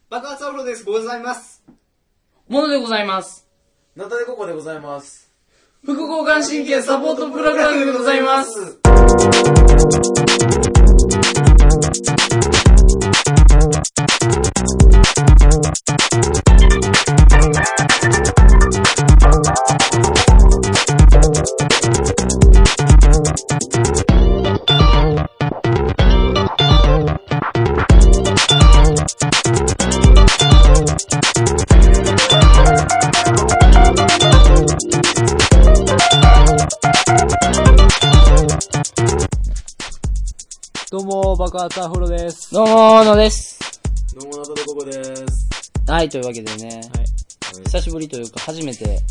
爆発アフロです。ございます。 ものでございます。 ナタデココでございます。 副交感神経サポートプログラムでございます。 どうも、爆発アフロです。 どうものです。 どうもナタデココです。 はい、というわけでね、久しぶりというか初めて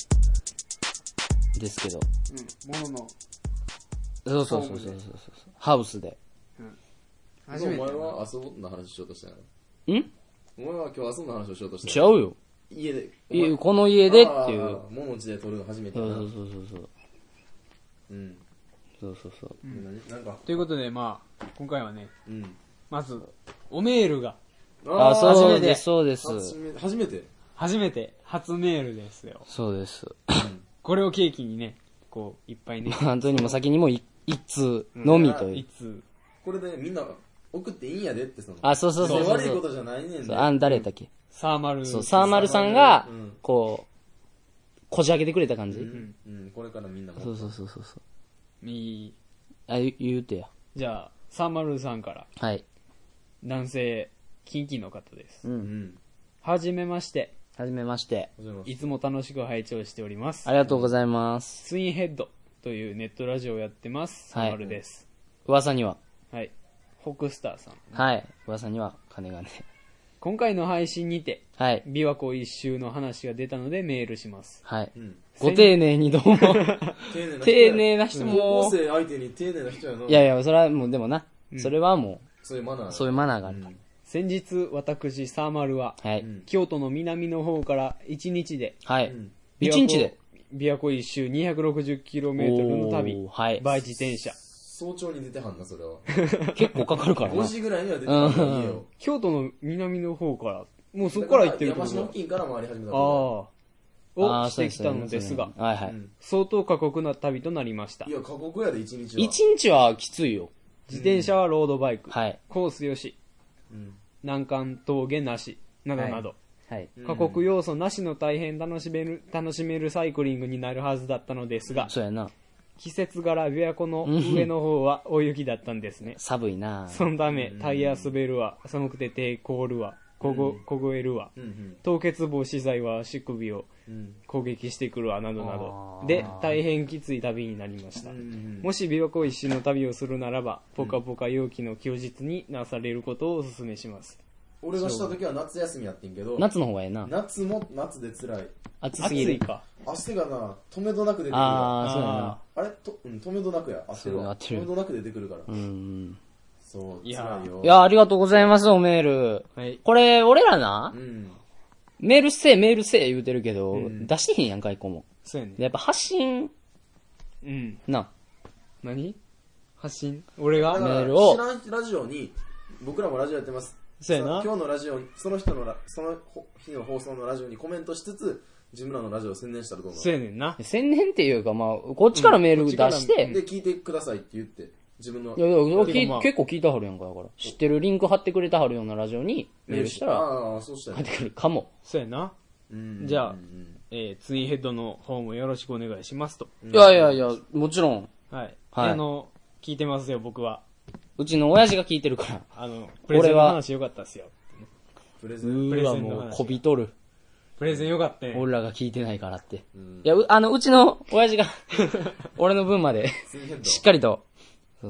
ですけど。 ものの。 そう。ハウスで。 初めて。お前は遊ぶの話しようとしたんやろ？お前は今日遊ぶの話をしようとしたんやろ？ 違うよ。 家で。 この家でっていう。 ももちで撮るの初めてやな。 そう。 うん。 そう。 なんか。 ということで、まあ、今回はね、まず、おメールが。 そうです、そうです。 初めて初メールですよ。 そうです。 これを契機にね、こう、いっぱいね。 本当にも先にも一通のみという。 一通。 これでみんな送っていいんやでってそう。 悪いことじゃないねんね。 誰やったっけ？ サーマル。 そう、サーマルさんが、こう、こじ開けてくれた感じ。 これからみんなも。 そう。言うてや。 じゃあ、サーマルさんから。 はい。 男性、近畿の方です。はじめまして。いつも楽しく拝聴しております。 ありがとうございます。 ツインヘッドというネットラジオをやってます。サーマルです。 噂には。 はい。ホクスターさん。 はい。噂には金がね。 今回の配信にて、 はい。 琵琶湖一周の話が出たのでメールします。 はい。ご丁寧にどうも。丁寧な人も。 高校生相手に丁寧な人やな。 いや、それはもう、でもな。それはもう、そういうマナーがあるから。 先日、私、サーマルは、京都の南の方から1日で、 はい。1日で琵琶湖一周 260km の旅、バイ自転車。 早朝に出てはんな、それは。 結構かかるからな。 5時ぐらいには出てはんの家を。 京都の南の方から、もうそこから行ってるってこと山科付近から回り始めたをしてきたのですが、相当過酷な旅となりました。 いや、過酷やで、1日は。 1日はきついよ。 自転車はロードバイク、 はい、 コースよし、難関峠なし、などなど、 はい、 過酷要素なしの大変楽しめるサイクリングになるはずだったのですが、 そうやな。 季節柄琵琶湖の上の方は大雪だったんですね。 寒いな。 そのため、タイヤ滑るわ、寒くて手凍るわ、凍えるわ、凍結防止剤は足首を攻撃してくるわ、などなどで大変きつい旅になりました。もし琵琶湖一周の旅をするならば、ポカポカ陽気の休日になされることをお勧めします。 俺がした時は夏休みやってんけど、 夏の方がええな。 夏も夏で辛い。 暑すぎるか。 汗がな、止めどなく出てくるから。そうやな。 あれ止めどなくや。汗は止めどなく出てくるから。そう、辛いよ。 いや、ありがとうございます、おメール。これ、俺らな、メールせえ言うてるけど、出してへんやんか、一個も。 そうやね。 やっぱ発信、な。 何発信俺がメールを。 知らんラジオに、僕らもラジオやってます。 そうやな。 今日のラジオ、その日の放送のラジオにコメントしつつ、自分らのラジオを宣伝したらどうなる？ そうやねんな。 宣伝っていうか、まあ、こっちからメール出して。 で、聞いてくださいって言って、自分の。 いや、結構聞いたはるやんか、だから。知ってるリンク貼ってくれたはるようなラジオにメールしたら、 そうした入ってくるかも。 そうやな。じゃあ、ツインヘッドの方もよろしくお願いしますと。 いや、もちろん。 はい。聞いてますよ、僕は。 うちの親父が聞いてるから。 プレゼンの話よかったっすよ。 プレゼンはもう、こびとる。 プレゼンよかったね。 俺らが聞いてないからって。いや、うちの親父が、俺の分まで、しっかりと、そう、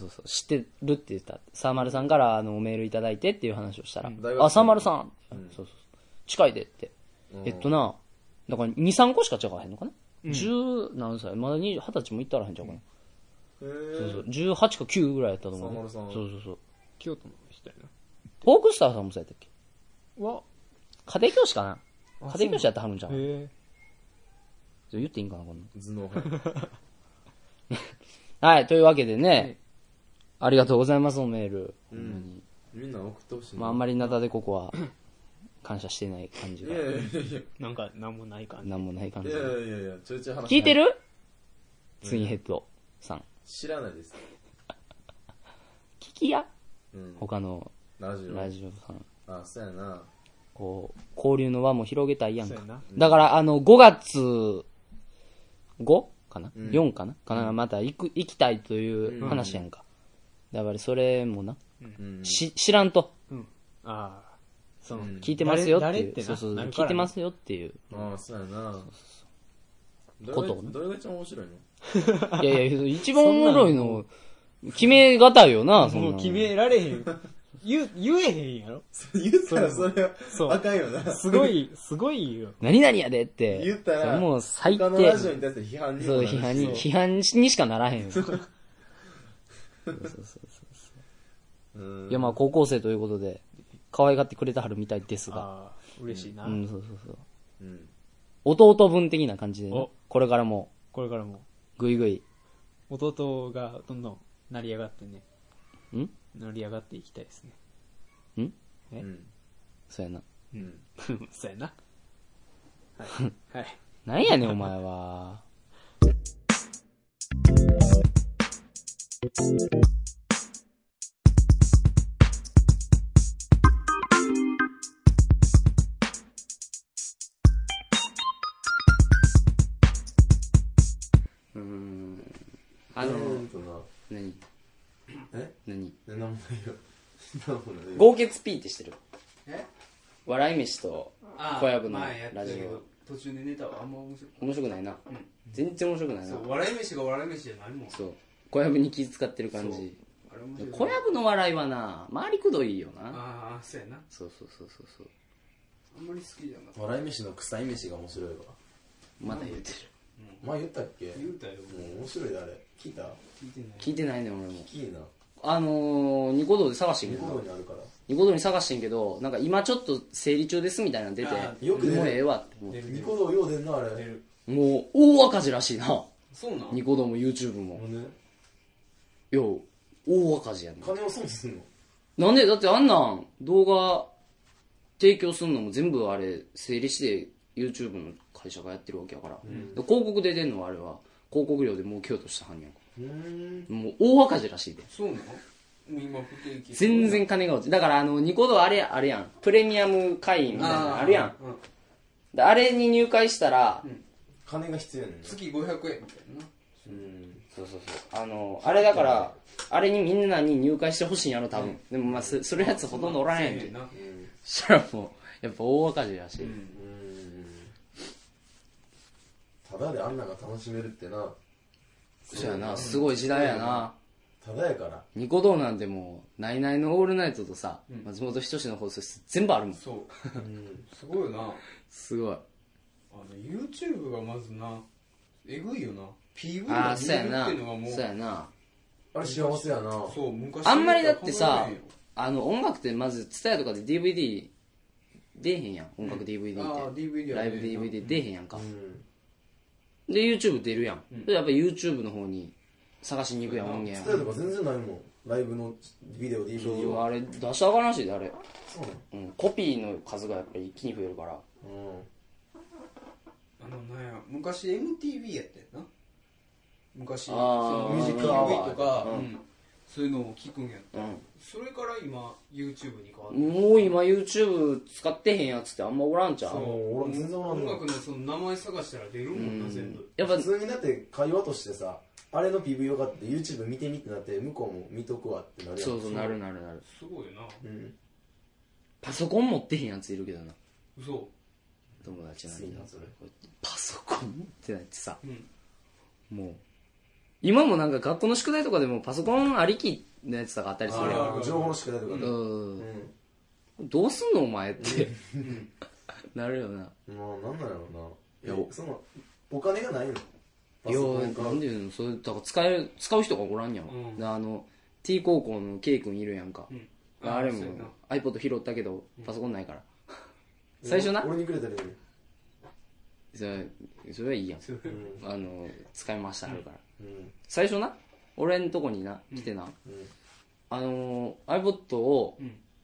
知ってるって言った。サーマルさんからメールいただいてっていう話をしたら、サーマルさん、そう、近いでって。だから2、3個しか違わへんのかな？ 10何歳まだ20歳もいったらへんちゃうかな。そう、18か9ぐらいやったと思う。そう。 京都の人やな。 ホークスターさんもそうやったっけ？家庭教師かな？家庭教師やってはるんじゃん。言っていいんかな、こんな。 頭脳はい、というわけでね、ありがとうございます、おメール。 みんな送ってほしいな。 まああんまりナタデココは感謝してない感じが。 いやいやいやなんか、なんもない感じ。 なんもない感じいや。いやいやいや、ちょいちょい話。 聞いてるツインヘッドさん。 知らないです。 聞きやうん。 他のラジオ。 ラジオさん。 あ、そうやな。 こう、交流の輪も広げたいやんかそうや。な。 だから5月 5? かな、 うん ?4 かなかなまた行きたいという話やんか。だからそれもな、 うん。 知らんと。 うん。ああ、その、 うん聞いてますよっていう。 誰ってなそうそう、 なるから聞いてますよっていう。 ああ、そうやな。 ことをねどれが一番面白いの？ いやいや、一番おもろいの、決めがたいよな、そんなの。 もう決められへん。言えへんやろ言ったらそれはそうあかんよな。 すごいよ。 何々やでって。 言ったら、 もう最低。 他のラジオに対する批判にもそう、 なるし批判にしかならへんよ。 うん。 いや、まあ高校生ということで、可愛がってくれてはるみたいですが。 ああ、嬉しいな。 うん、そうそうそう。 うん。 弟分的な感じでねお、 これからも、 これからも、 ぐいぐい。 弟がどんどん成り上がってね、 ん成り上がっていきたいですね。えうん。 そうやな。 うん。 そうやな。はい。はい。 なんやねん、お前は。あの、何え何なんもないよ。なんもないよ。 豪傑 P ってしてるえ笑い飯と小籔のラジオ。 途中で寝たわ。あんま面白く面白くないな。全然面白くないな。 そう、笑い飯が笑い飯じゃないもん。 そう。小籔に気遣ってる感じ。 あれ面白い。 小籔の笑いはな、回りくどいよな。 ああ、そうやな。 そうそうそうそうそう。 あんまり好きじゃなかった。 笑い飯の臭い飯が面白いわ。 また言ってる。 前言ったっけ？ 言うたよ。 もう面白いであれ。聞いた？ 聞いてない。 聞いてないねん俺も。 いいな。 ニコ動で探してんけニコ動ど、 にあるから。 ニコ動に探してんけど、なんか今ちょっと整理中ですみたいなの出て、 あよく出るもうええわって思う。 ニコ動よう出んな、あれ。 出る。 もう大赤字らしいな。 そうなんニコ動も YouTube も。 なんでよう、大赤字やねん。 金を損すんの？ なんでだってあんなん動画提供すんのも全部あれ整理して YouTube の会社がやってるわけやから、で広告で出んのはあれは広告料で儲けようとしたはんやんか。もう大赤字らしいで。 そうなの今不景気。 全然金が落ちだからニコ動あれやんプレミアム会員みたいなのあるやん。 うん。 であれに入会したら、 金が必要やねんな。 月500円みたいな。 うん。 そうそうそうあれだからあれにみんなに入会してほしいんやろ多分、でもまあそれやつほとんどおらんやんけ。 な。 そしたらもうやっぱ大赤字らしい、 ただであんなが楽しめるってな。 そうやなすごい時代やな。 ただやから。 ニコ動なんてもうナイナイのオールナイトとさ、松本人志の放送室全部あるもん。 そう。すごいよな。 すごい。 YouTube がまずな、えぐいよな。PV あが見れるあそうやなっていうのがもう、 そうやな。 あれ幸せやな。 そう、昔あんまりだってさ考え音楽ってまず TSUTAYA とかで DVD 出えへんやん音楽 DVD ああって、 DVD ライブ DVD 出えへんやんか、 うん。 で YouTube 出るやん、でやっぱ YouTube の方に探しに行くやん音ス源を。 タイルとか全然ないもん。ライブのビデオ、 そ DVD は。 うあれ出したらあかんらしいであれ、 そうなの？ コピーの数がやっぱり一気に増えるから。 なんや、昔 MTV やったよな。昔、そあのーミュージック PV とか、 うんそういうのを聞くんやった。 うんそれから今、YouTube に変わって。 もう今 YouTube 使ってへんやつってあんまおらんちゃう。 俺全然おらん音の。 楽のその名前探したら出るもんな、全部。 やっぱ普通にだって会話としてさ、あれの PV よかって YouTube 見てみってなって向こうも見とくわってなるやん。 そうそうなるなるなる。 すごいよな。 うん。 パソコン持ってへんやついるけどな、 嘘。 友達なんできついなそれ。 パソコン持ってないってさ、 うん。 もう今もなんか学校の宿題とかでもパソコンありきのやつとかあったりするやん。 ああ、情報の宿題とかね。 うんうん。 どうすんのお前ってなるよな。 まあ、なんなんやろうな。 いやその、お金がないの？パいやソコンかなんで言うのそれだから使う人がおらんやん、 うんでT 高校の K 君いるやんか、 うんあれもそうやな iPod 拾ったけどパソコンないから、最初な俺にくれたらいいね。 それはいいやん、 うん。 使い回してはるから、 うん。 最初な俺んとこにな来てな、iPod を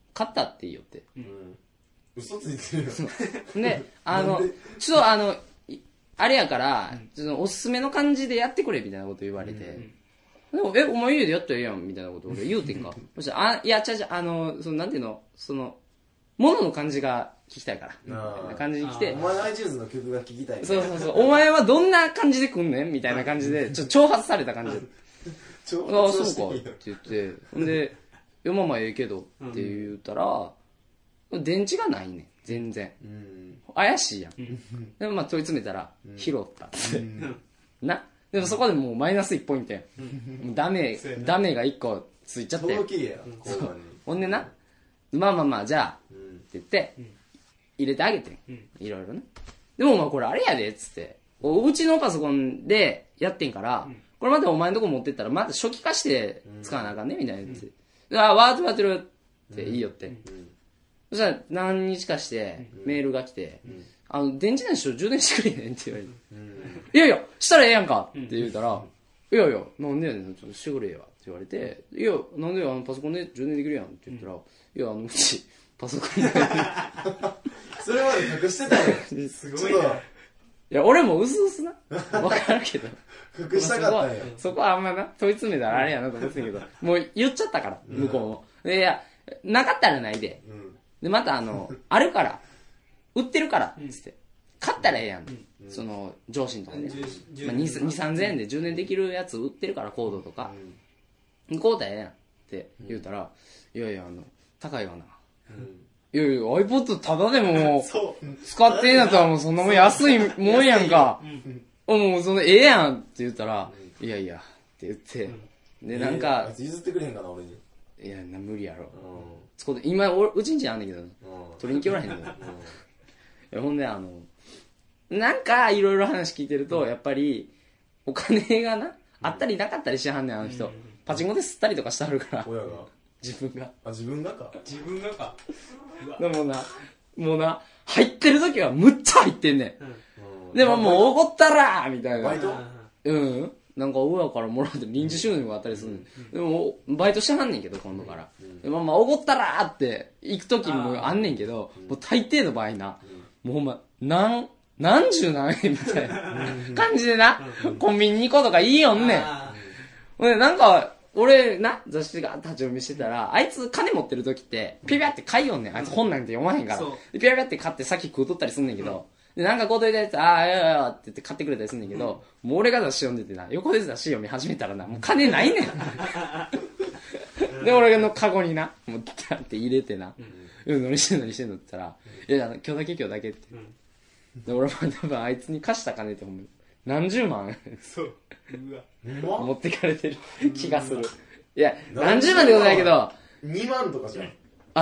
買ったっていいよって。 嘘ついてるよ。 で、ちょっとあれやから、おすすめの感じでやってくれみたいなこと言われて。でも、お前家でやったらええやんみたいなこと俺言うてんか。そしたら、いや、なんていうの、物の感じが聞きたいから。みたいな感じに来て。 お前の iTunes の曲が聴きたい。 そう。お前はどんな感じで来んねんみたいな感じで、ちょっと挑発された感じで。ああ、そうかって言って。んで、まあまあええけどって言ったら、電池がないねん。全然。怪しいやん。でもまあ問い詰めたら、拾ったって。な。でもそこでもうマイナス1ポイントやん。ダメが1個ついちゃって。ほんでな、まあ、じゃあ、って言って、入れてあげてん。いろいろね。でもまあこれあれやで、っつって。うちのパソコンでやってんから、これまたお前のとこ持ってったら、また初期化して使わなあかんね、みたいな言って。わーってやってるっていいよって。そしたら何日かしてメールが来て、電池ないしょ充電してくれへんって言われて。いやいや、したらええやんかって言うたら、いやいや、なんでやねん、ちょっとしてくれやって言われて、いや、なんでパソコンで充電できるやんって言ったら、いや、うち、パソコンで。 それまで隠してたよ。すごいな。いや、俺もうすうすな。わかるけど。 隠したかったよ。 そこはあんまな、問い詰めたらあれやなと思ってたけど、もう言っちゃったから、向こうも。いや、なかったらないで。で、またあるから、売ってるから、つって。買ったらええやん。上司のとこで。2、3000円で充電できるやつ売ってるから、コードとか。こうだええやん。って言うたら、いやいや、高いわな。いやいや、iPod ただでも、使ってええんだったらもうそんなもん安いもんやんか。もうええやんって言ったら、いやいや、って言って。で、なんか。 譲ってくれへんかな、俺に。 いや、無理やろ。今、うちんちあんねんけど、取りに来おらへんねん。いや、ほんで、なんか、いろいろ話聞いてると、やっぱり、お金がな、あったりなかったりしはんねん、あの人。パチンコで吸ったりとかしてはるから。 親が自分が。 自分がか。 でもな、入ってる時はむっちゃ入ってんねん。でももう怒ったらみたいな。 バイト？ なんか親からもらって臨時収入があったりするねん。でも、バイトしてはんねんけど、今度から。怒ったらって行く時もあんねんけど、もう大抵の場合な、もうほんま、何十何円みたいな感じでな、コンビニ2個とかいいよんねん。なんか、俺な、雑誌が立ち読みしてたら、あいつ金持ってる時って、ピャピャって買いよんねん。あいつ本なんて読まへんから。ピャピャって買って先食うとったりすんねんけど、で、なんかこうといたやつ、いやって言って買ってくれたりすんねんけど、もう俺が雑誌読んでてな、横で雑誌読み始めたらな、もう金ないねん。で、俺のカゴにな、もうダって入れてな、何してんのって言ったら、いや、今日だけって。で、俺も多分あいつに貸した金ってほんまに、何十万持ってかれてる気がする。いや、何十万ってことないけど、 2万とかじゃん。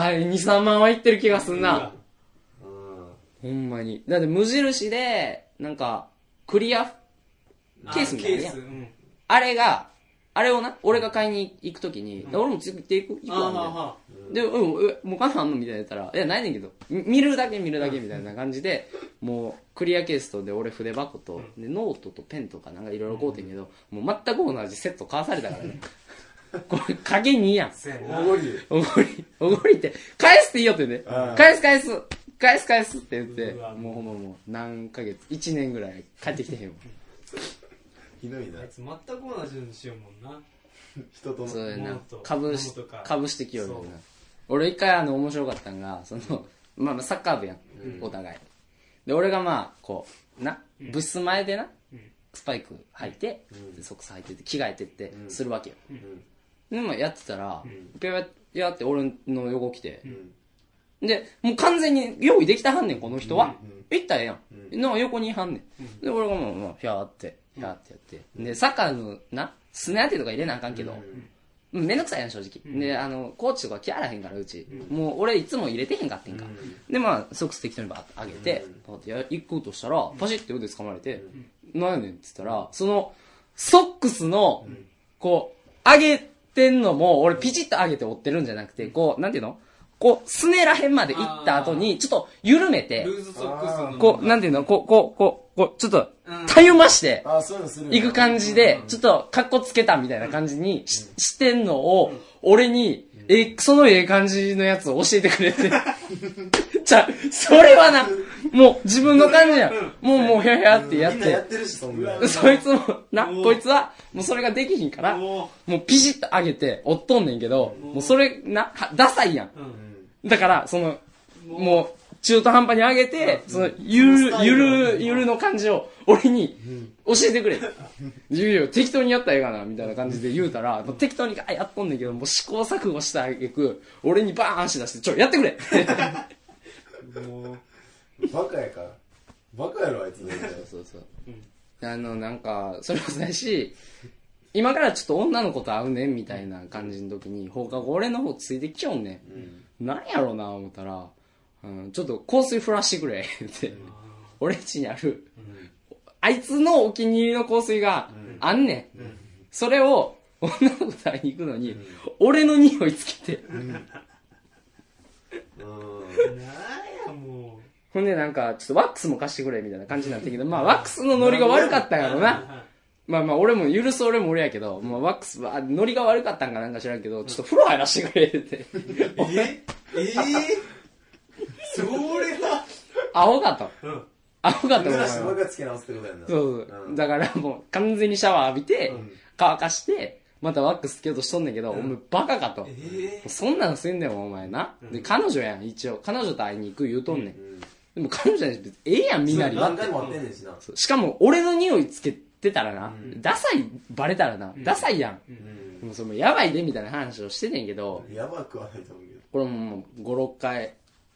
2、3万はいってる気がすんな。ほんまに。だって無印で、なんか、クリアケースみたいなやん。あれをな、俺が買いに行くときに、俺もついていくわみたいな。で、もう金あんのみたいな言ったら、いや、ないねんけど、見るだけみたいな感じで、もう、クリアケースとで、俺筆箱と、で、ノートとペンとかなんかいろいろ買うてんけど、もう全く同じセット買わされたからね。これ、影2やん。おごりって、返すっていいよってね。返すって言って、もう何ヶ月、1年ぐらい帰ってきてへんわ。 ひどいな。 あいつ全く同じのしようもんな。 人との。 そうやな。株してきよるよな。俺一回面白かったんが、サッカー部やん。お互い。で、俺が部室前でな、スパイク履いて、ソックス履いてて、着替えてって、するわけよ。で、やってたら、ぴゃぴゃって俺の横来て、で、もう完全に用意できたはんねん、この人は。行ったらええやん。なんか横にいはんねん。で、俺がもう、ひゃーってやって。で、サッカーのスネ当てとか入れなあかんけど、めんどくさいやん、正直。で、コーチとか来あらへんから、うち。もう、俺いつも入れてへんかってんか。で、ソックス適当にバーって上げて、行こうとしたら、パシッて腕掴まれて、なんやねんって言ったら、ソックスの、上げてんのも、俺ピチッと上げて折ってるんじゃなくて、なんていうのすねらへんまで行った後に、ちょっと緩めて、 ルーズソックスの。 なんていうのちょっと、たゆまして、行く感じで、ちょっと、カッコつけたみたいな感じにしてんのを、俺に、 その感じのやつを教えてくれて。それはな、もう自分の感じやん。もうへへってやって。 みんなやってるし、そんぐらい。 そいつも、こいつは、もうそれができひんから、もうピシッと上げて、おっとんねんけど、もうそれ、ダサいやん。だから、もう、中途半端に上げて、ゆるの感じを、俺に、教えてくれ。適当にやったらええかな、みたいな感じで言うたら、適当にやっとんねんけど、もう試行錯誤したあげく、俺にバーン足出して、やってくれもう、バカやから。バカやろ、あいつね。 そう。なんか、それもそうやし、今からちょっと女の子と会うねんみたいな感じの時に、放課後俺の方ついてきよんねん。なんやろうな、思ったら、ちょっと香水振らしてくれ、って。俺ん家にある。あいつのお気に入りの香水があんねん。それを女の子と会いに行くのに、俺の匂いつけて。ほんでなんか、ちょっとワックスも貸してくれみたいな感じになったけど、まあワックスのノリが悪かったんやろな。まあ俺も許す俺も俺やけど、まあワックスはノリが悪かったんかなんか知らんけど、ちょっと風呂入らしてくれって。 それはアホかと。アホかと思う。 僕がつけ直すってことやんな。 そう。だからもう完全にシャワー浴びて、乾かして、またワックスつけようとしとんねんけど、お前バカかと。そんなのせんでもお前な。で、彼女やん、一応。彼女と会いに行く言うとんねん。でも彼女じゃないし、ええやん、みんなに。 何回も会ってんねんしな。 しかも、俺の匂いつけてたらな、ダサい、バレたらな、ダサいやん。でもそれもやばいで、みたいな話をしててんけど、 やばくはないと思うけど。 これもう5、6回。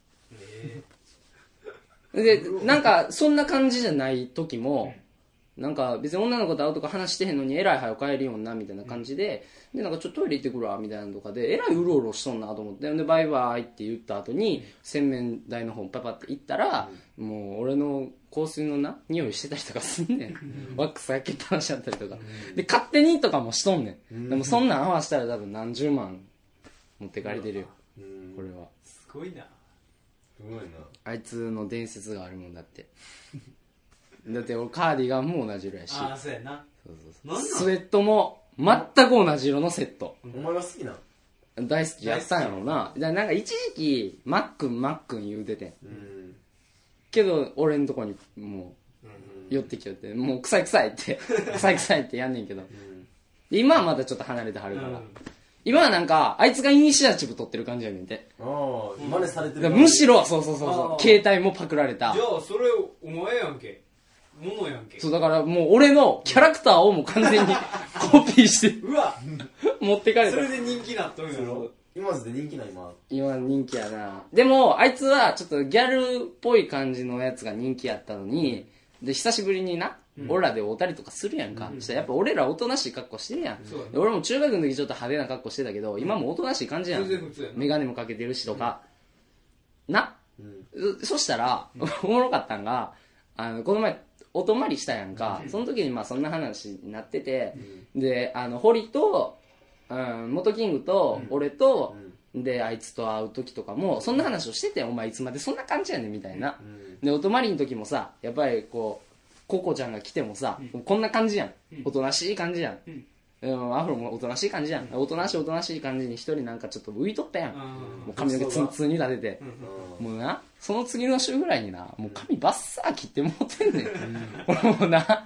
で、なんか、そんな感じじゃない時も、なんか別に女の子と会うとか話してへんのに偉い早く帰るよんなみたいな感じで、でなんかちょっとトイレ行ってくるわみたいなのとかで、偉いうろうろしとんなと思って、でバイバイって言った後に洗面台の方パパって行ったら、もう俺の香水のな匂いしてたりとかすんねん。ワックス焼けっぱなしだったりとかで、勝手にとかもしとんねん。でもそんなん合わせたら多分何十万持ってかれてるよ、これは。 すごいな。 すごいな。 あいつの伝説があるもんだって。だって俺カーディガンも同じ色やし、 ああそうやな。 スウェットも全く同じ色のセット。 お前が好きな。 大好きやったんやろうな。なんか一時期マックン言うてて、けど俺んとこにもう寄ってきよって、もう臭いって臭いってやんねんけど、今はまだちょっと離れてはるから、今はなんかあいつがイニシアチブ取ってる感じやねんて。 真似されてる。 むしろそう携帯もパクられた。 じゃあそれお前やんけ、ものやんけ。 そうだからもう俺のキャラクターをもう完全にコピーしてうわ持ってかれた。 それで人気なっとるんやろ。 今で人気な。 今人気やな。でもあいつはちょっとギャルっぽい感じのやつが人気やったのに、で久しぶりにな、俺らで会うたりとかするやんか。そしたらやっぱ俺らおとなしい格好してるやん。で俺も中学の時ちょっと派手な格好してたけど、今もおとなしい感じやん。メガネもかけてるしとか、な、そしたらおもろかったんが、この前お泊まりしたやんか。その時にまあそんな話になってて、で堀と、元キングと俺と、であいつと会う時とかもそんな話をしてて、お前いつまでそんな感じやねんみたいな。でお泊まりの時もさ、やっぱりこうココちゃんが来てもさ、こんな感じやん、おとなしい感じやん、アフロもおとなしい感じやん、おとなしい感じに一人なんかちょっと浮いとったやん、もう髪の毛ツンツンに立てて、もうなその次の週ぐらいにな、もう髪バッサー切ってもうてんねん、もうな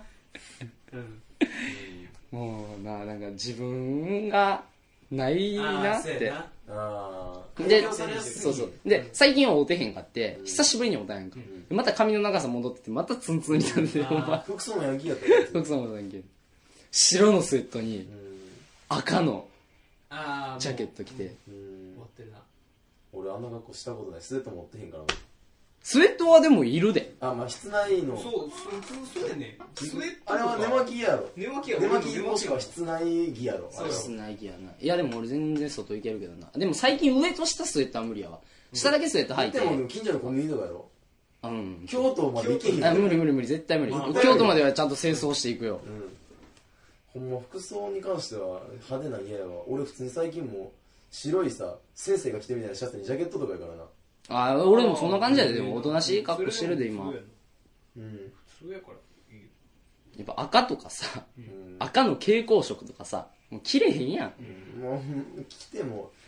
もうな、なんか自分がないなって。で、そうで最近は会うてへんかって、久しぶりに会うたやんか、また髪の長さ戻ってて、またツンツンになってて、 服装もヤンキーやった服装もヤンキー、白のスウェットに赤のジャケット着て、 持ってるな。 俺あんな格好したことない。スウェット持ってへんから。 スウェットはでもいるで。 まあ室内の。 そうやね。スウェットあれは寝巻きやろ。 寝巻きもしくは室内着やろ。 室内着やな。いやでも俺全然外行けるけどな。でも最近上と下スウェットは無理やわ。下だけスウェット履いて。 でも近所のコンビニとかやろ。京都まで行けへん。 無理絶対無理。京都まではちゃんと清掃していくよ。 ほんま服装に関しては派手な嫌やわ。俺普通に最近も白いさ、先生が着てるみたいなシャツにジャケットとかやからな。 俺もそんな感じやで。でもおとなしい格好してるで今。 普通やからいいよ。 やっぱ赤とかさ、赤の蛍光色とかさ、もう着れへんやん。 もう着ても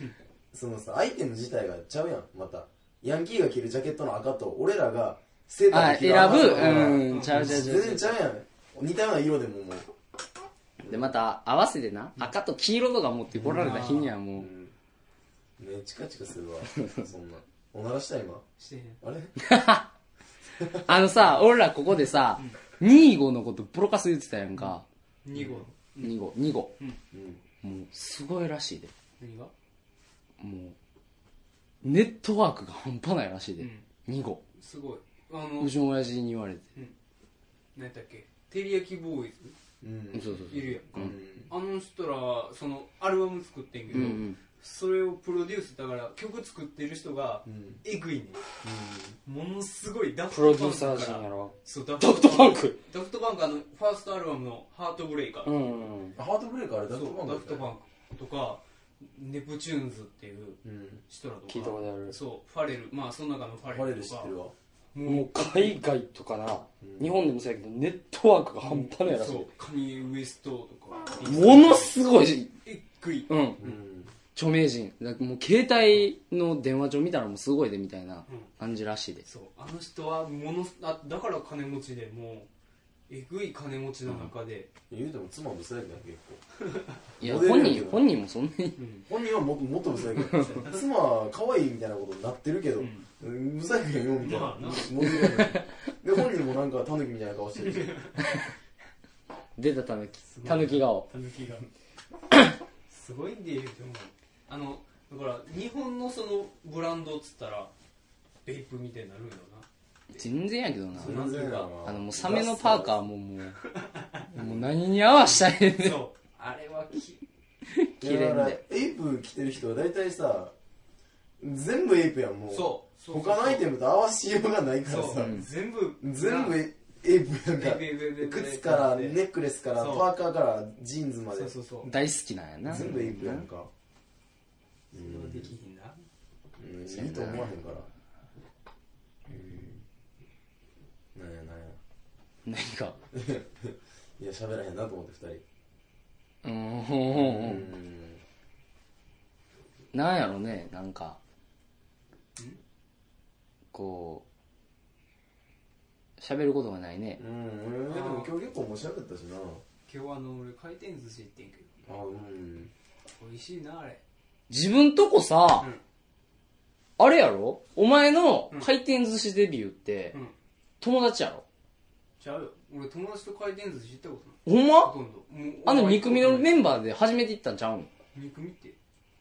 そのさアイテム自体がちゃうやん。またヤンキーが着るジャケットの赤と俺らがセーターで着る赤とちゃう全然ちゃうやん。似たような色でももうでまた合わせてな、赤と黄色とか持ってこられた日にはもう、 目チカチカするわそんなおならした今してへん。 あれあのさ、俺らここでさ、ニーゴのことプロカス言ってたやんか。 2号。 ニゴ。もう、すごいらしいで。 何が？ もう、ネットワークが半端ないらしいで。ニゴ。 すごい。 うちの親父に言われて。 何やったっけ？テリヤキボーイズそうそうそう。 いるやんか。あの人ら、その、アルバム作ってんけど、それをプロデュース、だから曲作ってる人が、エグいね。ものすごいダフプロデュートパンクからサー陣やろ。 そう、ダダフトパンクダフトパンクファーストアルバムのハートブレイカー。 ハートブレイカーあれダフトパンクダフトパンクとか、ネプチューンズっていう人らとか。 聞いたことある。 そう、ファレル、まあその中のファレルとか。 ファレル知ってるわ。 もう海外とかな、日本でもそうやけど、ネットワークが半端ないらしい。 そう、カニエ・ウエストとか。 ものすごい。 えっぐい。 著名人。だからもう携帯の電話帳見たらもうすごいでみたいな感じらしいで。 そう、あの人はだから金持ちでもう、えぐい金持ちの中で。 言うても妻もブサイクやん結構。 いや、本人もそんなに。 本人はもっとブサイクやん。妻は可愛いみたいなことになってるけど、ブサイクやんよみたいな。モデルやん。で、本人もなんかタヌキみたいな顔してるし。 出たタヌキ顔。 タヌキが。すごいんで言うても。だから日本のそのブランドっつったらベイプみたいになるんやろな。 全然やけどな。 全然やな。 もうサメのパーカーももう何に合わしたいねん。 そう。あれは綺麗で。 エイプ着てる人は大体さ、全部エイプやんもう。 そう。 他のアイテムと合わしようがないからさ。 全部エイプやんか。靴からネックレスからパーカーからジーンズまで。 大好きなんやな。 全部エイプやんか。 それはできひんな。 いいと思わへんから。 何か。 いや、喋らへんなと思って二人。 なんやろね、なんか。こう、喋ることがないね。 でも今日結構面白かったしな。 今日俺回転寿司行ってんけど。美味しいな、あれ。 自分とこさ、あれやろお前の回転寿司デビューって、友達やろちゃうよ。俺友達と回転寿司行ったことない。 ほんまほとんど。 2組のメンバーで初めて行ったんちゃうの ?2 組って。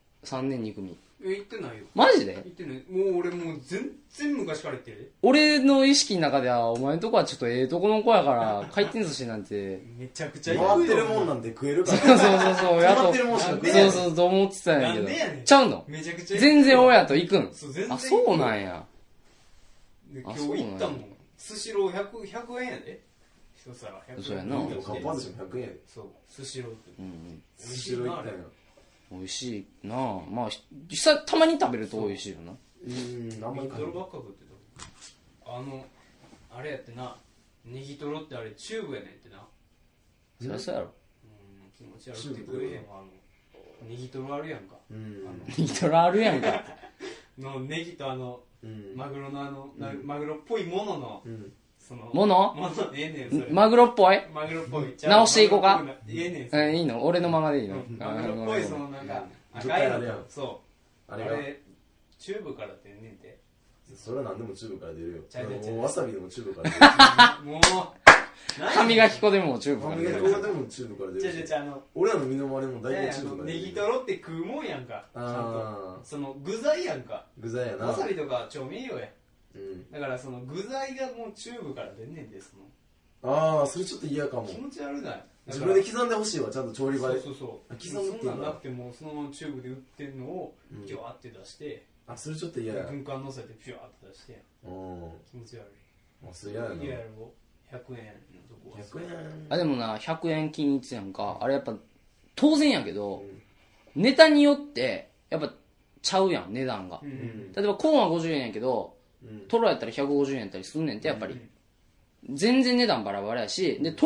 3年2組。 行ってないよ。 マジで行ってない。もう俺全然昔から行ってるで。 俺の意識の中では、お前のとこはちょっととこの子やから、回転寿司なんて。 めちゃくちゃ行くよ。 回ってるもんなんて食えるから。 そう。 回ってるもんしか食えない。 そう、と思ってたんやけど。 なんでやねんちゃうのめちゃくちゃ全然親と行くん。 そう、全然あ、そうなんや。 今日行ったもん。スシロー100円やで。一皿100円。 そうやな。 カッパ寿司も100円やで。 そう、スシローって。 スシロー行ったんや。 美味しいなぁ。まあ、たまに食べると美味しいよな。 あんまりネギトロばっか食ってた。あれやってな、ネギトロってあれチューブやねんってな。 そりゃそうやろ。 気持ち悪くて食えへんわ。ネギトロあるやんか。 ネギトロあるやんか。 のネギとマグロのマグロっぽいものの、 ものええねん、それ。 マグロっぽいマグロっぽい。 直していこうか。 ええねん。 いいの俺のままでいいのマグロっぽい、そのなんか、 赤いのやん。 そう。あれ、チューブから出んねんて。 それは何でもチューブから出るよ。 もうわさびでもチューブから出る。 もう、 歯磨き粉でもチューブから出る。歯磨き粉でもチューブから出る。俺らの身の回りも大体チューブから出る。 ネギトロって食うもんやんか。ちゃんと。その具材やんか。 具材やな。 わさびとか調味料や。だからその具材がもうチューブから出んねんで、その。 それちょっと嫌かも。 気持ち悪ない。 自分で刻んでほしいわ、ちゃんと調理場で。 そう。刻むっていうのなくても、そのままチューブで売ってんのを、ギュワーって出して、 それちょっと嫌や。 軍艦乗せてピュワーって出して、気持ち悪い。 それ嫌やな。 100円のとこは。 100円。 でもな、100円均一やんか。あれやっぱ、当然やけど、ネタによって、やっぱ、ちゃうやん、値段が。例えば、コーンは50円やけど、トロやったら150円やったりすんねんって、やっぱり。全然値段バラバラやし、で、トロ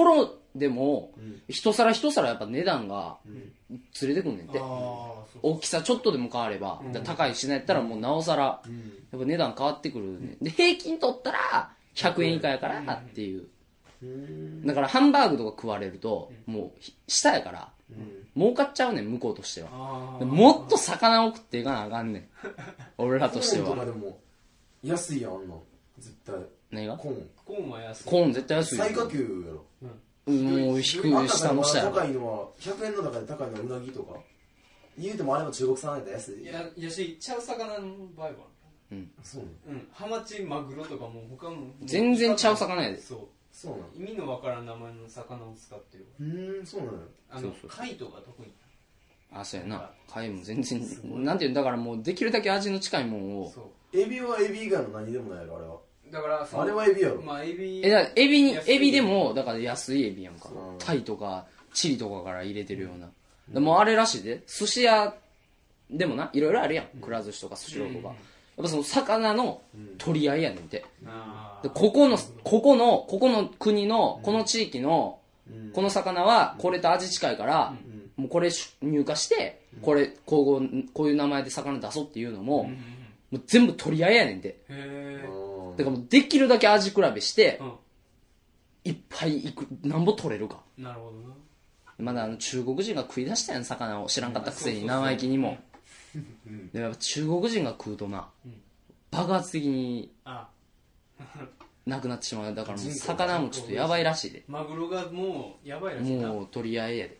でも、一皿一皿やっぱ値段がずれてくんねんて。大きさちょっとでも変われば、高い品やったらもうなおさら、やっぱ値段変わってくるね。で、平均取ったら100円以下やからっていう。だからハンバーグとか食われると、もう下やから、儲かっちゃうねん、向こうとしては。もっと魚を食っていかなあかんねん。俺らとしては。 コーンとかでも安いやん、あんの。絶対。 何がコーン。 コーンは安い。 コーン絶対安いよ。 最下級やろ。 もう低い、下の下やろ。 高いのは、100円の中で高いのはうなぎとか。言うてもあれも中国産やったら安い。 やし、ちゃう魚の場合は。 そうなの。ハマチ、マグロとかも他の。 全然ちゃう魚やで。 そうなの。 意味のわからん名前の魚を使ってる。 そうなの。 貝とか特に。 あ、そうやな。貝も全然、なんていうんだからもうできるだけ味の近いもんを。 エビはエビ以外の何でもないやろ、あれは。 だからあれはエビやろ。 まあエビ。 エビでも、だから安いエビやんか。タイとか、チリとかから入れてるような。でもあれらしいで、寿司屋でもな、いろいろあるやん。くら寿司とか寿司ローとか。やっぱその魚の取り合いやねんて。でここの国の、この地域の、この魚はこれと味近いから、もうこれ入荷して、こういう名前で魚出そうっていうのも、もう全部取り合いやねんて。だからもうできるだけ味比べして、いっぱいなんぼ取れるか。 なるほどな。 まだ中国人が食い出したやん、魚を知らんかったくせに、生意気にも。でもやっぱ中国人が食うとな、爆発的になくなってしまう。だからもう魚もちょっとやばいらしいで。 マグロがもうやばいらしいな。 もう取り合いやで。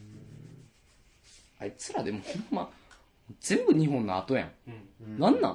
あいつらでもほんま全部日本の後やん。なんなん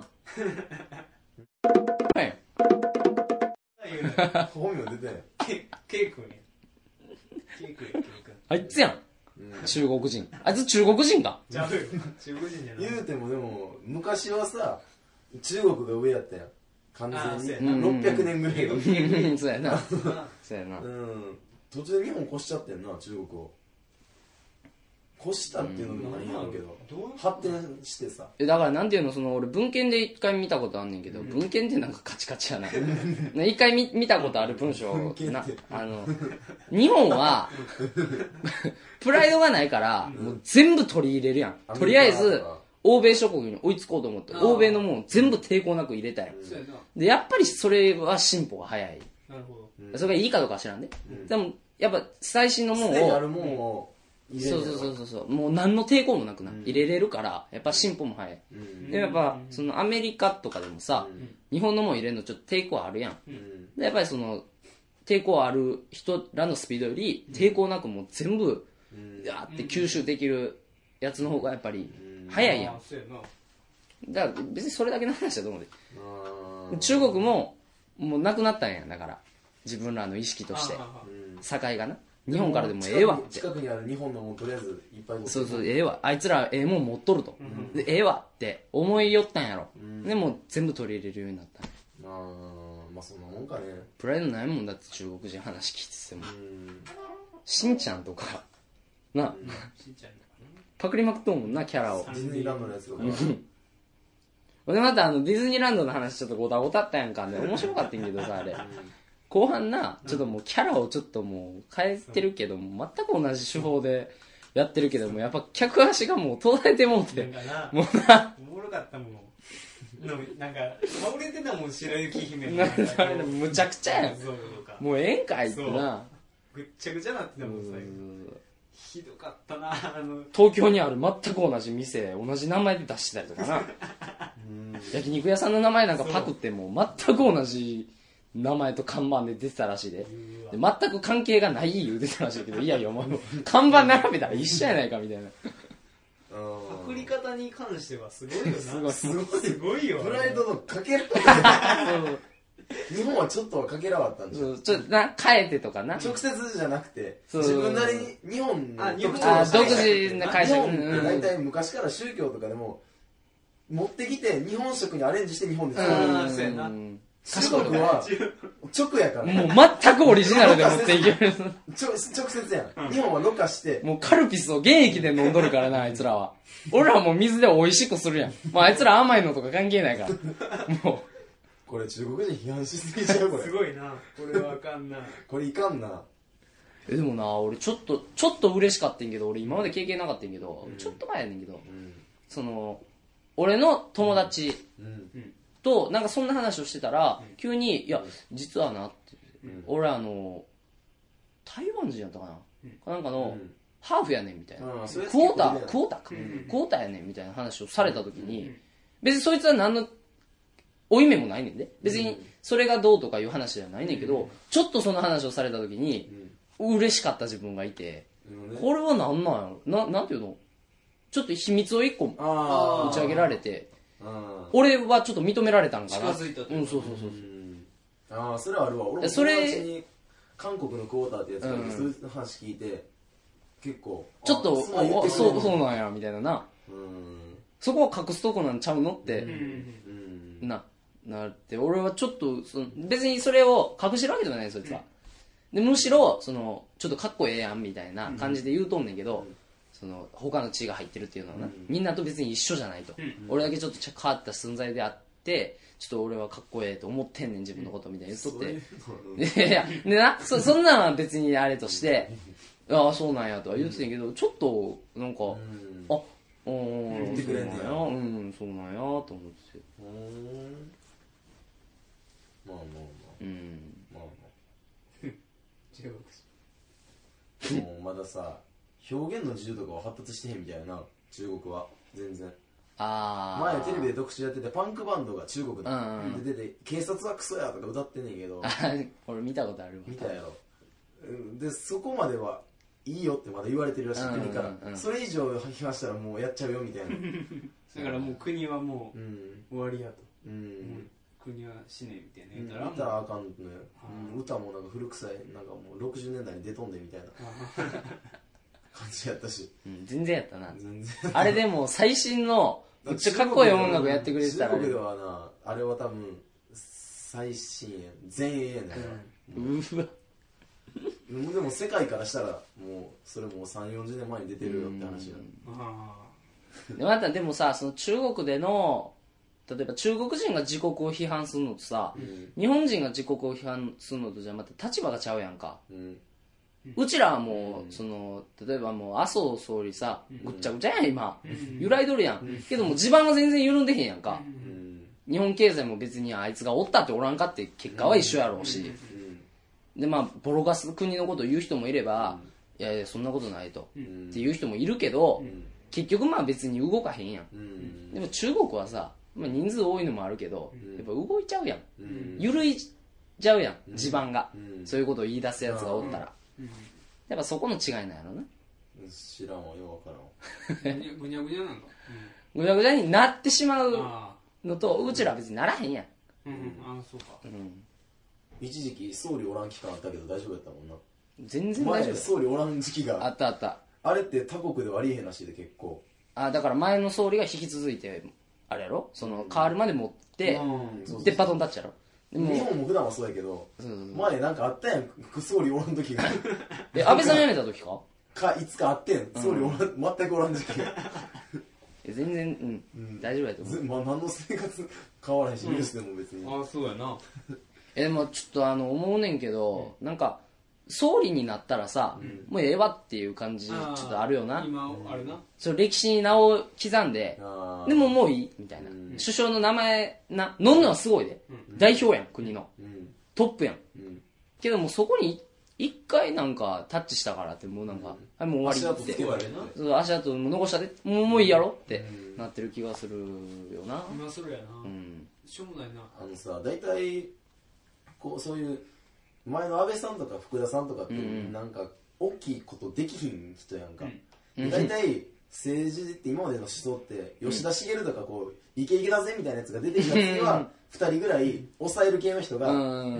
本名出てないケイ君や。ケイ君。 あいつやん。中国人。あいつ中国人か。 ちゃうよ。中国人じゃない。 言うてもでも、昔はさ、中国が上やったやん。完全に。600年ぐらいが。 そうやな。そうやな。 途中で日本越しちゃってんな、中国を。越したっていうのも何やろうけど、発展してさ。 だからなんていうの、俺文献で一回見たことあんねんけど、文献ってなんかカチカチやな。一回見たことある文章な、日本は、プライドがないから、もう全部取り入れるやん。とりあえず、欧米諸国に追いつこうと思って、欧米のもん全部抵抗なく入れたい。で、やっぱりそれは進歩が早い。 なるほど。 それがいいかどうかは知らんで。でも、やっぱ最新のもんを、そうもう何の抵抗もなくな、入れれるからやっぱ進歩も早い、でやっぱそのアメリカとかでもさ、日本のもん入れるのちょっと抵抗あるやん、でやっぱりその抵抗ある人らのスピードより抵抗なくもう全部やって吸収できるやつの方がやっぱり早いやん、だから別にそれだけの話だと思うで、中国ももうなくなったんやだから自分らの意識として境がな、日本からでもええわって近くにある日本のもんとりあえずいっぱい持ってそうええわ、あいつらええもん持っとると、でええわって思いよったんやろ、でもう全部取り入れるようになったね。 まあそんなもんかね。 プライドないもんだって中国人話聞いてても、しんちゃんとかな、パクリまくっとんもんなキャラを。 ディズニーランドのやつとかでまたディズニーランドの話ちょっとごたごたったやんかんで面白かったんけどさ、あれ後半な、ちょっともうキャラをちょっともう変えてるけども、全く同じ手法でやってるけども、やっぱ客足がもう途絶えてもうて、もうな、 おもろかったもん。なんか、倒れてたもん、白雪姫なんかあれむちゃくちゃやん。もうええんかいってな。 ぐっちゃぐちゃなってたもん、最後。ひどかったな、 東京にある全く同じ店、同じ名前で出してたりとかな。焼肉屋さんの名前なんかパクっても全く同じ名前と看板で出てたらしいで、全く関係がない言うてたらしいけど、いやいやお前も看板並べたら一緒やないかみたいな。 パクリ方に関してはすごいよな。すごいよ。 プライドのかけら日本はちょっとはかけらはあったんじゃん。 ちょっとな、変えてとかな。 直接じゃなくて、自分なりに日本の独自な会社。 日本って大体昔から宗教とかでも、持ってきて日本食にアレンジして日本で作る。中国は直やから。 もう全くオリジナルで持っていける。 直接やん。日本はろ過して。 もうカルピスを原液で飲んどるからな、あいつらは。俺らはもう水で美味しくするやん。もうあいつら甘いのとか関係ないから。もう。 これ中国人批判しすぎちゃうこれ。 すごいな。これはあかんな。 これいかんな。 でもな、俺ちょっと嬉しかったんけど、俺今まで経験なかったんけど、ちょっと前やねんけど、その、俺の友達と、なんかそんな話をしてたら、急に、いや、実はなって、俺台湾人やったかな、なんかの、ハーフやねんみたいな。クォーターやねんみたいな話をされた時に、別にそいつは何の負い目もないねんで。別にそれがどうとかいう話じゃないねんけど、ちょっとその話をされた時に、嬉しかった自分がいて、これは何なんやろなんていうの、ちょっと秘密を一個打ち上げられて、俺はちょっと認められたんかな。 近づいたと。 そう。 ああ、それはあるわ。俺も友達に韓国のクォーターってやつがいて、そういう話聞いて、結構、 ちょっと、そうななんや、みたいなな。そこを隠すとこなんちゃうのって、なって、俺はちょっと、別にそれを隠してるわけではない、そいつは。で、むしろ、ちょっとかっこええやん、みたいな感じで言うとんねんけど、他の血が入ってるっていうのはな、みんなと別に一緒じゃないと。俺だけちょっと変わった存在であって、ちょっと俺はかっこええと思ってんねん、自分のことみたいに言っとって。いや、でな、そんなんは別にあれとして、ああ、そうなんやとは言ってたんやけど、ちょっと、なんか、 言ってくれんねや。 そうなんやと思ってて。 まあ。でもまださ、表現の自由とかは発達してへんみたいな、中国は。全然。前テレビで特集やってて、パンクバンドが中国で出てて、警察はクソやとか歌ってんねんけど。 俺見たことあるわ。 見たやろ。で、そこまではいいよってまだ言われてるらしい、国から。それ以上批判したらもうやっちゃうよみたいな。 だからもう国はもう終わりやと。国は死ねみたいな言ったら。 見たらあかんのよ。歌もなんか古臭い、なんかもう60年代に出とんでみたいな感じやったし。 全然やったな。あれでも最新の、めっちゃかっこいい音楽やってくれてたら。 中国ではな、あれは多分、最新や、前衛やねん。 うわ。 でも世界からしたらもうそれもう3、40年前に出てるよって話でまたでもさ、その中国での例えば中国人が自国を批判するのとさ、日本人が自国を批判するのとじゃまた立場がちゃうやんか。うちらはもう例えばもう麻生総理さ、ぐっちゃぐちゃやん今、揺らいどるやん、けども地盤は全然緩んでへんやんか。日本経済も別にあいつがおったっておらんかって結果は一緒やろうし、でまあボロカス国のことを言う人もいれば、いやいやそんなことないと、っていう人もいるけど、結局まあ別に動かへんやん。でも中国はさ、まあ、人数多いのもあるけど、やっぱ動いちゃうやん、緩いちゃうやん地盤が、そういうことを言い出すやつがおったら、やっぱそこの違いなんやろな。 知らんわ、ようわからん。 ぐにゃぐにゃなんか、 ぐにゃぐにゃになってしまうのと、うちらは別にならへんやん。 そうか。 一時期総理おらん期間あったけど大丈夫やったもんな。 全然大丈夫。 前総理おらん時期があったあった。 あれって他国ではありえへんらしいで結構。 だから前の総理が引き続いてあれやろ、その変わるまで持ってでバトンタッチやろ。 日本も普段はそうやけど、前なんかあったやん、総理おらん時が。 安倍さん辞めた時かいつかあってん、総理おらん、全くおらん時期。 全然大丈夫やと思う。 何の生活変わらへんし、ニュースでも別に。 そうやな。 でもちょっと思うねんけど、なんか総理になったらさ、もうええわっていう感じちょっとあるよな。 今あるな。 それ歴史に名を刻んで、でももういいみたいな。首相の名前な、のんのはすごいで。代表やん、国の。トップやん。けどもうそこに一回なんかタッチしたからってもうなんか、はいもう終わりって。足跡も残したで、もういいやろってなってる気がするよな。 今それやな。しょうもないな。 さ、大体、こうそういう前の安倍さんとか福田さんとかってなんか大きいことできひん人やんか。大体政治って今までの思想って吉田茂とかこうイケイケだぜみたいなやつが出てきた次は2人ぐらい抑える系の人が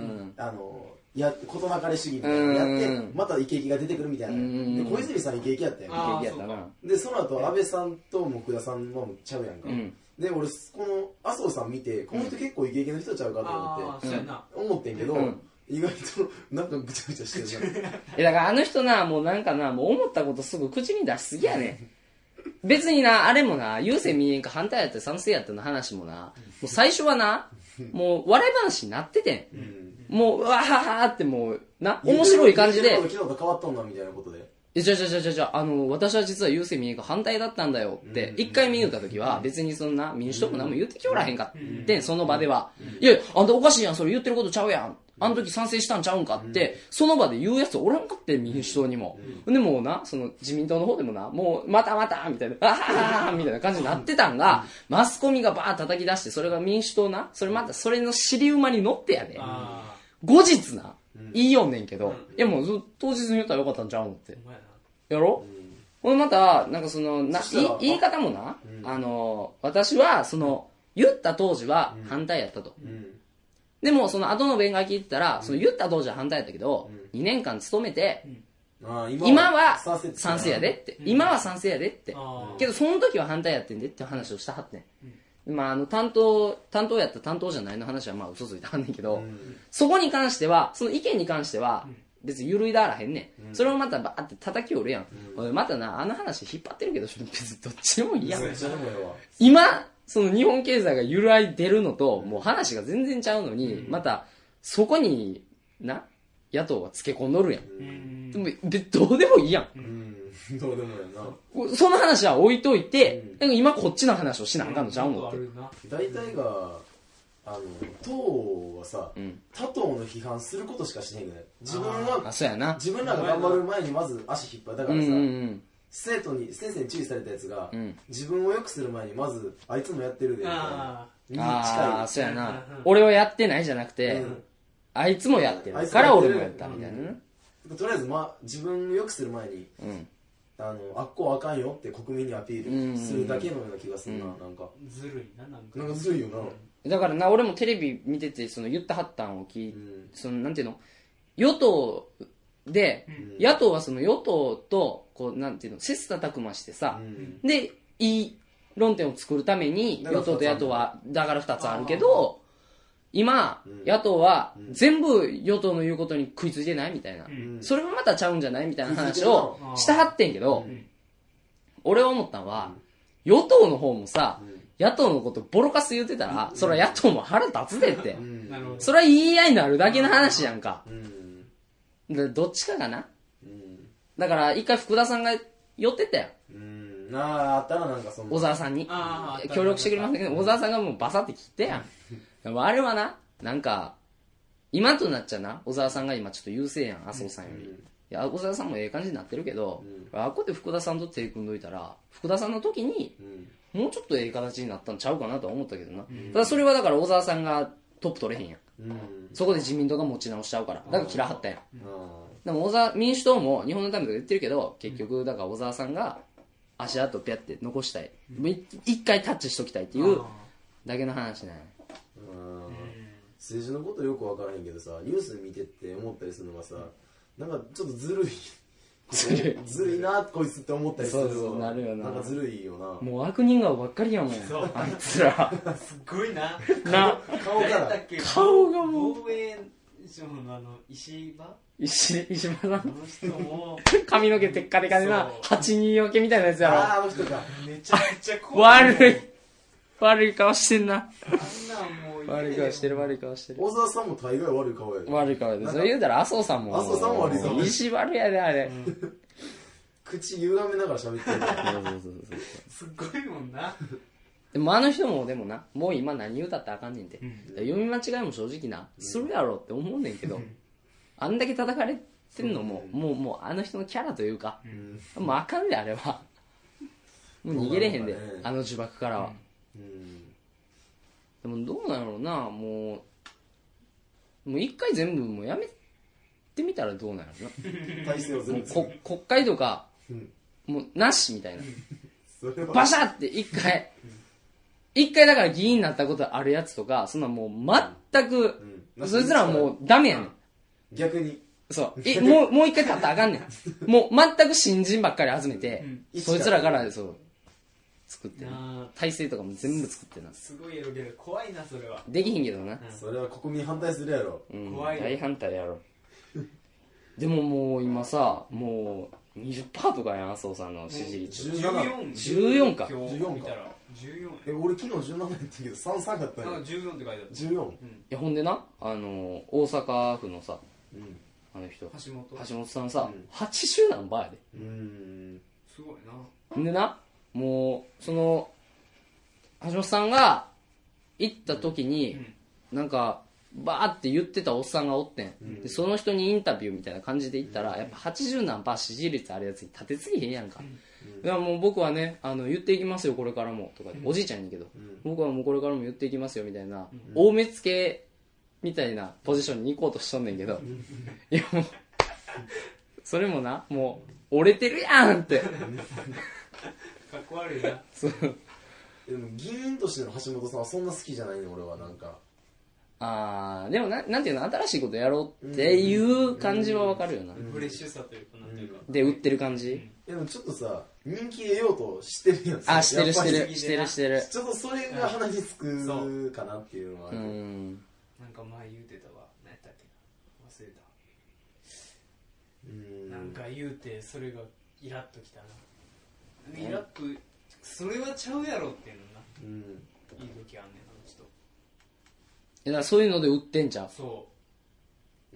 事なかれ主義みたいなのやってまたイケイケが出てくるみたいな。で小泉さんイケイケやったやん。 イケイケやったな。 でその後安倍さんと福田さんはちゃうやんか。で俺この麻生さん見てこの人結構イケイケの人ちゃうかと思ってんけど、意外となんかぐちゃぐちゃしてるじゃん。 だからあの人な、もうなんかな、もう思ったことすぐ口に出しすぎやねん。別にな、あれもな、郵政民営化反対やった賛成やったの話もな、もう最初はな、もう笑い話になっててん。もう、うわははってもう面白い感じで、 昨日と変わっとんなみたいなことで。 じゃ、私は実は郵政民営化反対だったんだよって、一回見言った時は、別にそんな民主党も何も言ってきおらへんかって、その場では。いや、あんたおかしいやん、それ言ってることちゃうやん。あの時賛成したんちゃうんかって、その場で言うやつおらんかって、民主党にも。でもな、その自民党の方でもな、もう、またみたいな、あははみたいな感じになってたんが、マスコミがバーッ叩き出して、それが民主党な、それまたそれの尻馬に乗ってやで。後日な、言いよんねんけど、いやもう当日に言ったらよかったんちゃうんって。やろ、ほんでまた、なんかその、言い方もな、私は、その、言った当時は反対やったと。でも、その後の弁が聞いてたら、その言った当時は反対やったけど、2年間勤めて、今は賛成やでって。今は賛成やでって。けど、その時は反対やってんでって話をしたはってん。まあ、担当やった担当じゃないの話はまあ嘘ついてはんねんけど、そこに関しては、その意見に関しては、別に揺るいだらへんねん。それをまたバーって叩きおるやん。またな、あの話引っ張ってるけど、別にどっちでもいいやん。今、その日本経済が揺らいでるのと、もう話が全然ちゃうのに、また、そこに、野党がつけ込んどるやん。でも、どうでもいいやん。 どうでもやな。 その話は置いといて、今こっちの話をしなあかんのちゃうのって。 大体が、党はさ、他党の批判することしかしねえんだよ。自分らが頑張る前にまず足引っ張る。だからさ、先生に注意されたやつが、自分を良くする前にまずあいつもやってるでみたいなに近い。 そうやな。俺はやってないじゃなくて、あいつもやってるから俺もやったみたいな。 とりあえず自分を良くする前に、あっこあかんよって国民にアピールするだけのような気がするな。なんかずるいな。 なんかずるいよな。 だからな、俺もテレビ見てて、その言ったはったんを聞いて、そのなんていうの、与党で、野党はその与党と、こう、なんていうの、切磋琢磨してさ、で、いい論点を作るために、与党と野党は、だから2つあるけど、今、野党は全部与党の言うことに食いついてないみたいな。それはまたちゃうんじゃないみたいな話をしたはってんけど、俺は思ったのは、与党の方もさ、野党のことボロカス言ってたら、それは野党も腹立つでって。それは言い合いになるだけの話やんか。どっちかがな。だから一回福田さんが寄ってったよ。 あったらなんかその小沢さんに。協力してくれませんけど、小沢さんがもうバサって切ってやん。でもあれはな、なんか、今となっちゃな、小沢さんが今ちょっと優勢やん、麻生さんより。いや、小沢さんもええ感じになってるけど、あっこで福田さんと手組んどいたら、福田さんの時に、もうちょっとええ形になったんちゃうかなとは思ったけどな。ただそれはだから小沢さんがトップ取れへんやん。そこで自民党が持ち直しちゃうから。だから嫌はったやん。でも民主党も日本のためとか言ってるけど、結局だから小沢さんが足跡ピャって残したい。一回タッチしときたいっていうだけの話ね。 政治のことよくわからへんけどさ、ニュース見てって思ったりするのがさ、なんかちょっとずるい。ずるいなこいつって思ったりする。 そうなるよな。 なんかずるいよな。 もう悪人顔ばっかりやもん。あいつら。 すっごいな。 顔から顔がもう。 防衛省の石破さん。 あの人も髪の毛テッカテカでな、8人よけみたいなやつやろ。 あの人か。 めちゃめちゃ怖い。 悪い顔してんな。 あんなんもう悪い顔してる。 小沢さんも大概悪い顔やで。 悪い顔で。それ言うたら麻生さんも。 麻生さんも悪い顔。 石悪やで、あれ。 口歪めながら喋ってる。 すっごいもんな。 でもあの人もでもな、もう今何言うたってあかんねんて。読み間違いも正直な、するやろって思うねんけど、あんだけ叩かれてんのも、もうあの人のキャラというか、もうあかんであれは。もう逃げれへんで、あの呪縛からは。でもどうなんやろうな、もう一回全部もうやめてみたらどうなんやろな。体制を全部。 国会とか、もうなしみたいな。バシャって一回だから議員になったことあるやつとか、そんなもう全く、そいつらはもうダメやねん。 逆に。 そう。もう一回立ったらあかんねん。もう全く新人ばっかり集めて、そいつらからそう、作ってる。体制とかも全部作ってな。 すごいやろけど、怖いな、それは。 できひんけどな。 それは国民反対するやろ。 怖い。 大反対やろ。でももう今さ、もう 20% とかやん、麻生さんの支持率。14か。 14見たら。14。 俺昨日17やったけど、33だったんや。14って書いてある。 14。 いや、ほんでな、大阪府のさ、 あの人。 橋本橋本さんさ、80何倍やで。 すごいな。 でな、もう、その、橋本さんが行った時に、なんか、バーって言ってたおっさんがおってん。で、その人にインタビューみたいな感じで言ったら、やっぱ80何パー支持率あるやつに立てつぎへんやんか。いやもう僕はね、言っていきますよ、これからも。とか、おじいちゃんに言うけど、僕はもうこれからも言っていきますよ、みたいな、大目付けみたいなポジションに行こうとしとんねんけど、いやもう、それもな、もう、折れてるやんって。 かっこ悪いな。 そう。 でも議員としての橋本さんはそんな好きじゃないの俺はなんか。 でもなんていうの、新しいことやろうっていう感じはわかるよな。 フレッシュさというか、なんていうか。 で、売ってる感じ。 でもちょっとさ、人気得ようとしてるやん。 してる。 ちょっとそれが鼻につくかなっていうのはある。 なんか前言うてたわ。何やったっけな。忘れた。なんか言うて、それがイラッときたな。イラッと、それはちゃうやろっていうのな。いい時あんねん、あの人。 だからそういうので売ってんじゃん。 そう。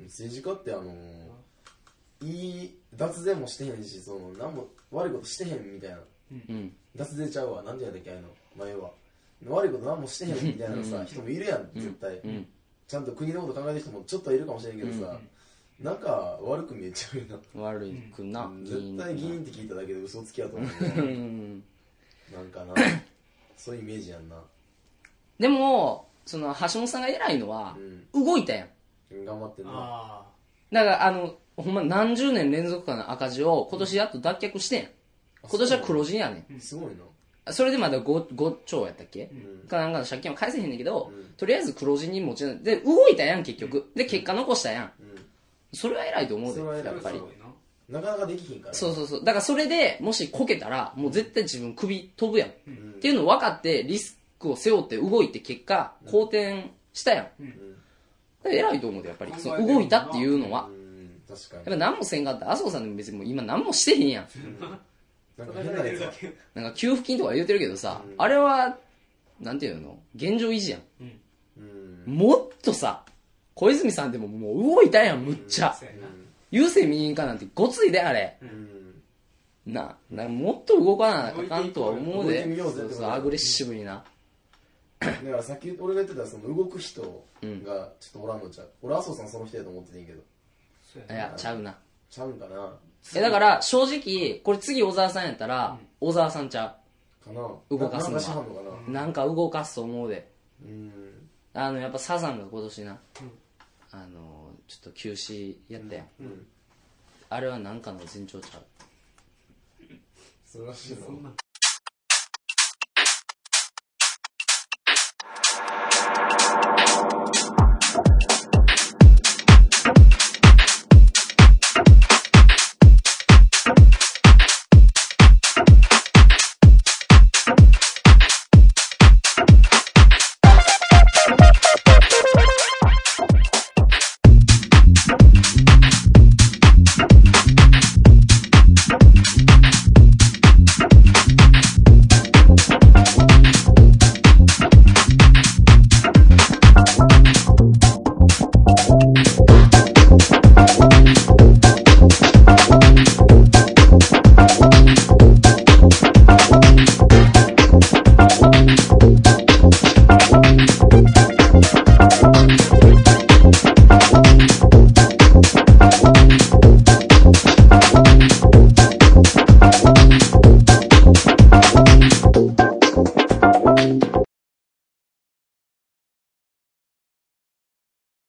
政治家っていい脱税もしてへんし、その何も悪いことしてへんみたいな。脱税ちゃうわ、なんて言うんだっけ、前は。悪いこと何もしてへんみたいなさ、人もいるやん、絶対。ちゃんと国のこと考えてる人もちょっといるかもしれんけどさ、なんか悪く見えちゃうよな。 悪くな。 絶対議員って聞いただけで嘘つきやと思う。なんかな、そういうイメージやんな。 でも、その橋本さんが偉いのは、動いたやん。 頑張ってんな。 だからほんま何十年連続かの赤字を今年やっと脱却してん。今年は黒字やねん。すごいな。 それでまだ 5兆やったっけ、かなんかの借金は返せへんねんけど、とりあえず黒字に持ちなで、動いたやん結局。で、結果残したやん。それは偉いと思うで、やっぱり。 なかなかできひんから。 そう。だからそれでもしこけたら、もう絶対自分首飛ぶやん。っていうのを分かって、リスクを背負って動いて結果、好転したやん。偉いと思うで、やっぱり。その動いたっていうのは。 確かに。 やっぱ何もせんかった。麻生さんでも別にもう今何もしてへんやん。 なんか変なやつ。 なんか給付金とか言うてるけどさ、あれは、なんていうの現状維持やん。もっとさ、小泉さんでももう動いたやん、むっちゃ。郵政民営化なんてごついで、あれ。なんかもっと動かなあかんとは思うで。そうアグレッシブにな。 だからさっき俺が言ってたその動く人がちょっとおらんのちゃう。俺麻生さんその人やと思ってていいけど。 いや、ちゃうな。 ちゃうんかな。 だから正直、これ次小沢さんやったら、小沢さんちゃう。かな。 動かすのは。 なんか動かすと思うで。やっぱサザンが今年な、ちょっと休止やったやん。あれはなんかの前兆ちゃう。 そうらしいな。